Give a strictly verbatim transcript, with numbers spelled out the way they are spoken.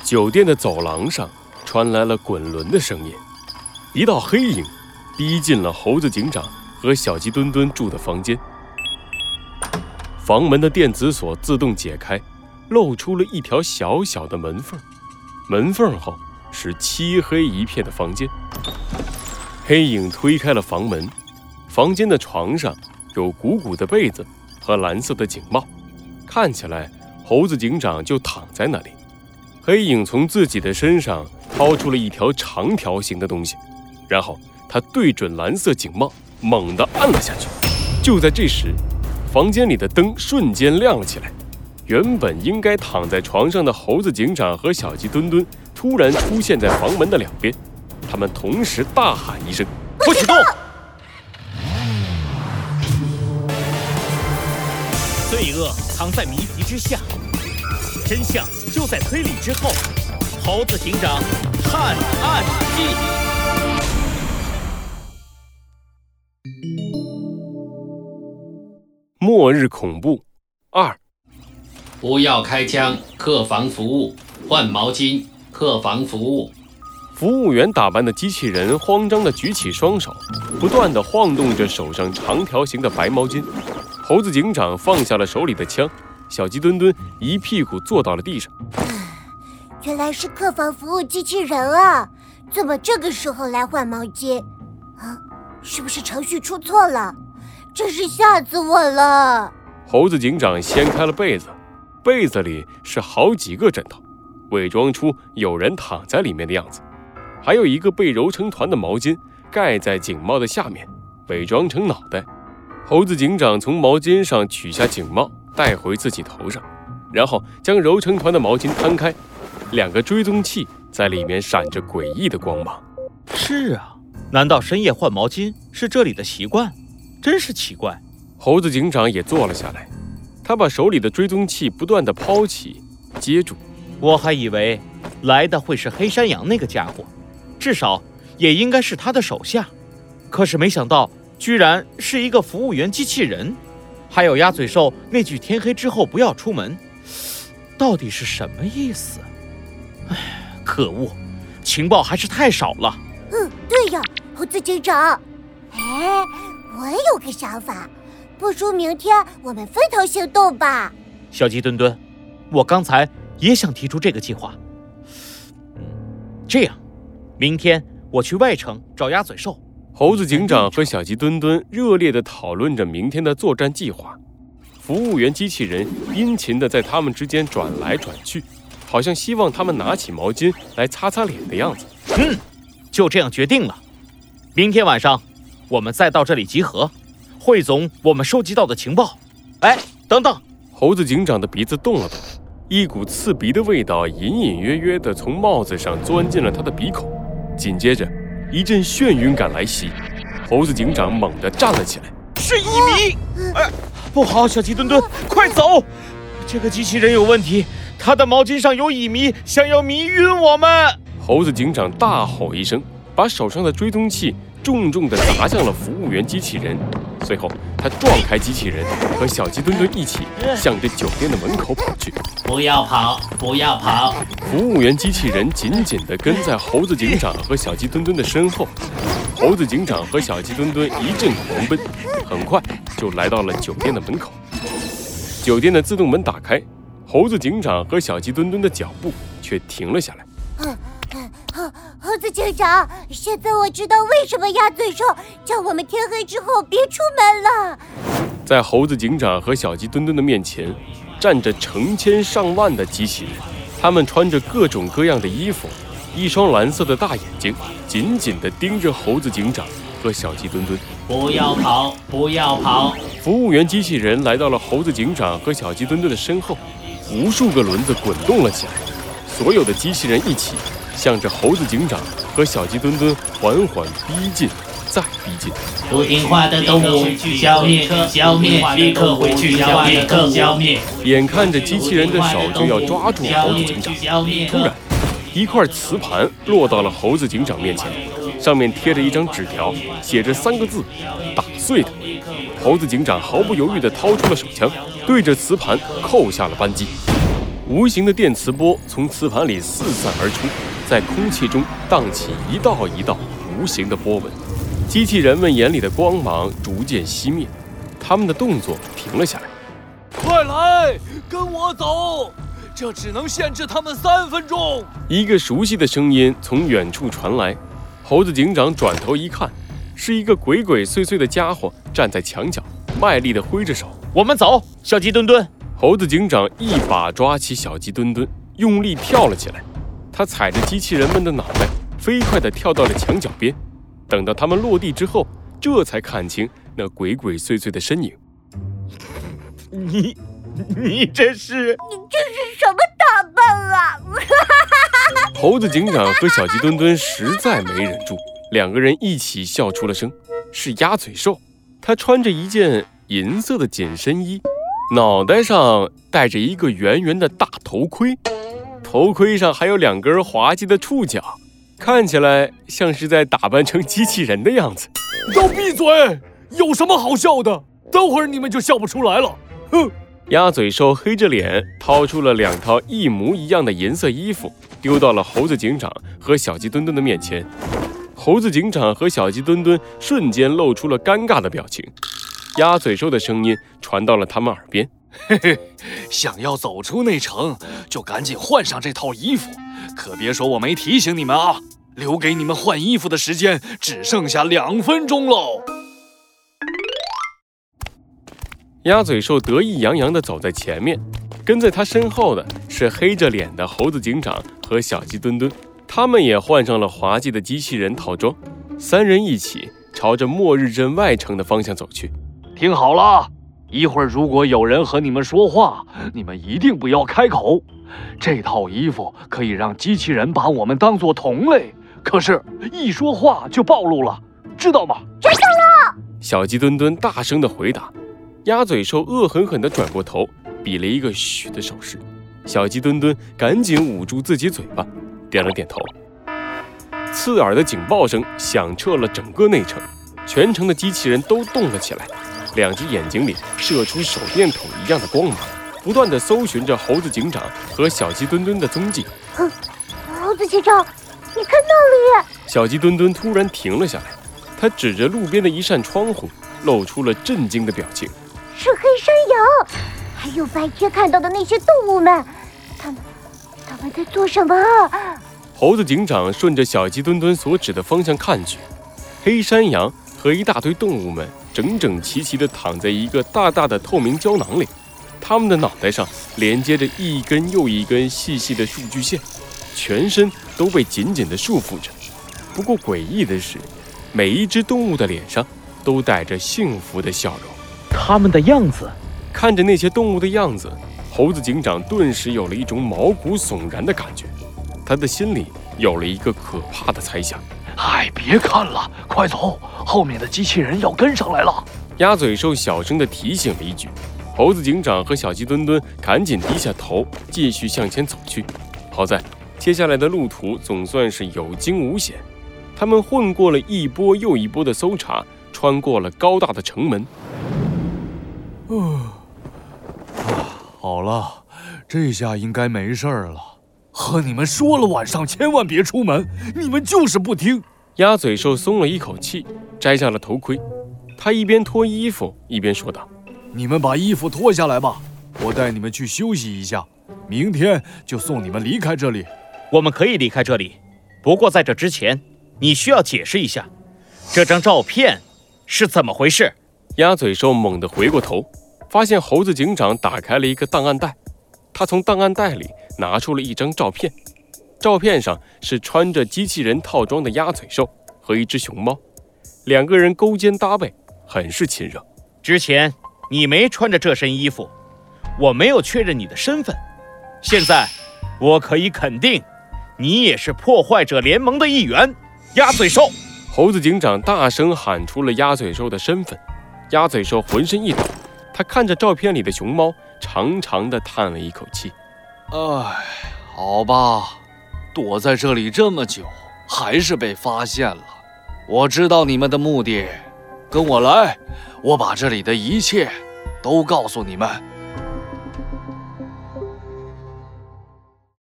酒店的走廊上传来了滚轮的声音，一道黑影逼近了猴子警长和小鸡墩墩住的房间。房门的电子锁自动解开，露出了一条小小的门缝，门缝后是漆黑一片的房间。黑影推开了房门，房间的床上有鼓鼓的被子和蓝色的警帽，看起来猴子警长就躺在那里。黑影从自己的身上掏出了一条长条形的东西，然后他对准蓝色警帽猛地按了下去。就在这时，房间里的灯瞬间亮了起来，原本应该躺在床上的猴子警长和小鸡墩墩突然出现在房门的两边，他们同时大喊一声：不许动！ 罪恶藏在谜题之下，真相就在推理之后。猴子警长探案记。 末日恐怖二。 不要开枪，客房服务，换毛巾，客房服务。 服务员打扮的机器人慌张地举起双手，不断地晃动着手上长条形的白毛巾。猴子警长放下了手里的枪，小鸡墩墩一屁股坐到了地上。 原来是客房服务机器人啊！怎么这个时候来换毛巾？啊，是不是程序出错了？真是吓死我了！ 猴子警长掀开了被子，被子里是好几个枕头，伪装出有人躺在里面的样子。还有一个被揉成团的毛巾盖在警帽的下面，伪装成脑袋。猴子警长从毛巾上取下警帽，戴回自己头上，然后将揉成团的毛巾摊开，两个追踪器在里面闪着诡异的光芒。 是啊，难道深夜换毛巾是这里的习惯？真是奇怪。 猴子警长也坐了下来，他把手里的追踪器不断地抛起接住。 我还以为来的会是黑山羊那个家伙，至少也应该是他的手下，可是没想到居然是一个服务员机器人。还有鸭嘴兽那句天黑之后不要出门，到底是什么意思？唉，可恶，情报还是太少了。 嗯，对呀，猴子警长。哎，我有个想法，不如明天我们分头行动吧。 小鸡墩墩，我刚才也想提出这个计划。嗯，这样，明天我去外城找鸭嘴兽。 猴子警长和小鸡墩墩热烈地讨论着明天的作战计划。服务员机器人殷勤地在他们之间转来转去，好像希望他们拿起毛巾来擦擦脸的样子。 嗯，就这样决定了。明天晚上我们再到这里集合，汇总我们收集到的情报。哎，等等！ 猴子警长的鼻子动了动，一股刺鼻的味道隐隐约约地从帽子上钻进了他的鼻孔。紧接着，一阵眩晕感来袭，猴子警长猛地站了起来。 是乙醚！哎，不好，小鸡墩墩，快走！这个机器人有问题，他的毛巾上有乙醚，想要迷晕我们！ 猴子警长大吼一声，把手上的追踪器重重地砸向了服务员机器人。随后，他撞开机器人，和小鸡墩墩一起向着酒店的门口跑去。 不要跑，不要跑！ 服务员机器人紧紧地跟在猴子警长和小鸡墩墩的身后。猴子警长和小鸡墩墩一阵狂奔，很快就来到了酒店的门口。酒店的自动门打开，猴子警长和小鸡墩墩的脚步却停了下来。 嗯嗯，猴猴子警长，现在我知道为什么鸭嘴兽叫我们天黑之后别出门了。 在猴子警长和小鸡墩墩的面前，站着成千上万的机器人，他们穿着各种各样的衣服，一双蓝色的大眼睛紧紧地盯着猴子警长和小鸡墩墩。 不要跑，不要跑！ 服务员机器人来到了猴子警长和小鸡墩墩的身后，无数个轮子滚动了起来，所有的机器人一起向着猴子警长和小鸡墩墩缓缓逼近，再逼近。 不听话的动物消灭，消灭，立刻回去消灭，立刻消灭！ 眼看着机器人的手就要抓住猴子警长，突然，一块磁盘落到了猴子警长面前，上面贴着一张纸条，写着三个字：打碎它。猴子警长毫不犹豫地掏出了手枪，对着磁盘扣下了扳机。 无形的电磁波从磁盘里四散而出，在空气中荡起一道一道无形的波纹。机器人们眼里的光芒逐渐熄灭，他们的动作停了下来。 快来，跟我走！这只能限制他们三分钟。 一个熟悉的声音从远处传来，猴子警长转头一看，是一个鬼鬼祟祟的家伙站在墙角，卖力地挥着手。 我们走，小鸡墩墩。 猴子警长一把抓起小鸡墩墩，用力跳了起来。他踩着机器人们的脑袋，飞快地跳到了墙角边。等到他们落地之后，这才看清那鬼鬼祟祟的身影。 你，你这是…… 你这是什么打扮啊？ 猴子警长和小鸡墩墩实在没忍住，两个人一起笑出了声。是鸭嘴兽，他穿着一件银色的紧身衣，脑袋上戴着一个圆圆的大头盔，头盔上还有两根滑稽的触角，看起来像是在打扮成机器人的样子。 都闭嘴！有什么好笑的？等会儿你们就笑不出来了。哼！ 鸭嘴兽黑着脸掏出了两套一模一样的银色衣服，丢到了猴子警长和小鸡墩墩的面前。猴子警长和小鸡墩墩瞬间露出了尴尬的表情。鸭嘴兽的声音传到了他们耳边： 嘿嘿，想要走出内城，就赶紧换上这套衣服，可别说我没提醒你们啊！留给你们换衣服的时间只剩下两分钟喽。 鸭嘴兽得意洋洋地走在前面，跟在他身后的是黑着脸的猴子警长和小鸡墩墩，他们也换上了滑稽的机器人套装，三人一起朝着末日镇外城的方向走去。 听好了，一会儿如果有人和你们说话，你们一定不要开口。这套衣服可以让机器人把我们当作同类，可是一说话就暴露了，知道吗？ 知道了。 小鸡墩墩大声地回答。鸭嘴兽恶狠狠地转过头，比了一个嘘的手势。小鸡墩墩赶紧捂住自己嘴巴，点了点头。刺耳的警报声响彻了整个内城，全城的机器人都动了起来，两只眼睛里射出手电筒一样的光芒，不断地搜寻着猴子警长和小鸡墩墩的踪迹。 哼，猴子警长，你看那里！ 小鸡墩墩突然停了下来，他指着路边的一扇窗户，露出了震惊的表情。 是黑山羊，还有白天看到的那些动物们，他们他们在做什么啊？ 猴子警长顺着小鸡墩墩所指的方向看去，黑山羊和一大堆动物们整整齐齐地躺在一个大大的透明胶囊里，它们的脑袋上连接着一根又一根细细的数据线，全身都被紧紧地束缚着。不过诡异的是，每一只动物的脸上都带着幸福的笑容。 他们的样子， 看着那些动物的样子，猴子警长顿时有了一种毛骨悚然的感觉。他的心里有了一个可怕的猜想。 哎，别看了，快走，后面的机器人要跟上来了。 鸭嘴兽小声地提醒了一句。猴子警长和小鸡墩墩赶紧低下头，继续向前走去。好在接下来的路途总算是有惊无险，他们混过了一波又一波的搜查，穿过了高大的城门。 啊，好了，这下应该没事了。和你们说了，晚上千万别出门，你们就是不听。 鸭嘴兽松了一口气，摘下了头盔。他一边脱衣服一边说道： 你们把衣服脱下来吧，我带你们去休息一下，明天就送你们离开这里。 我们可以离开这里，不过在这之前，你需要解释一下，这张照片是怎么回事？ 鸭嘴兽猛地回过头，发现猴子警长打开了一个档案袋，他从档案袋里拿出了一张照片，照片上是穿着机器人套装的鸭嘴兽和一只熊猫，两个人勾肩搭背，很是亲热。 之前你没穿着这身衣服，我没有确认你的身份，现在我可以肯定，你也是破坏者联盟的一员，鸭嘴兽。 猴子警长大声喊出了鸭嘴兽的身份。鸭嘴兽浑身一抖，他看着照片里的熊猫，长长的叹了一口气。 哎，好吧，躲在这里这么久，还是被发现了。我知道你们的目的，跟我来，我把这里的一切都告诉你们。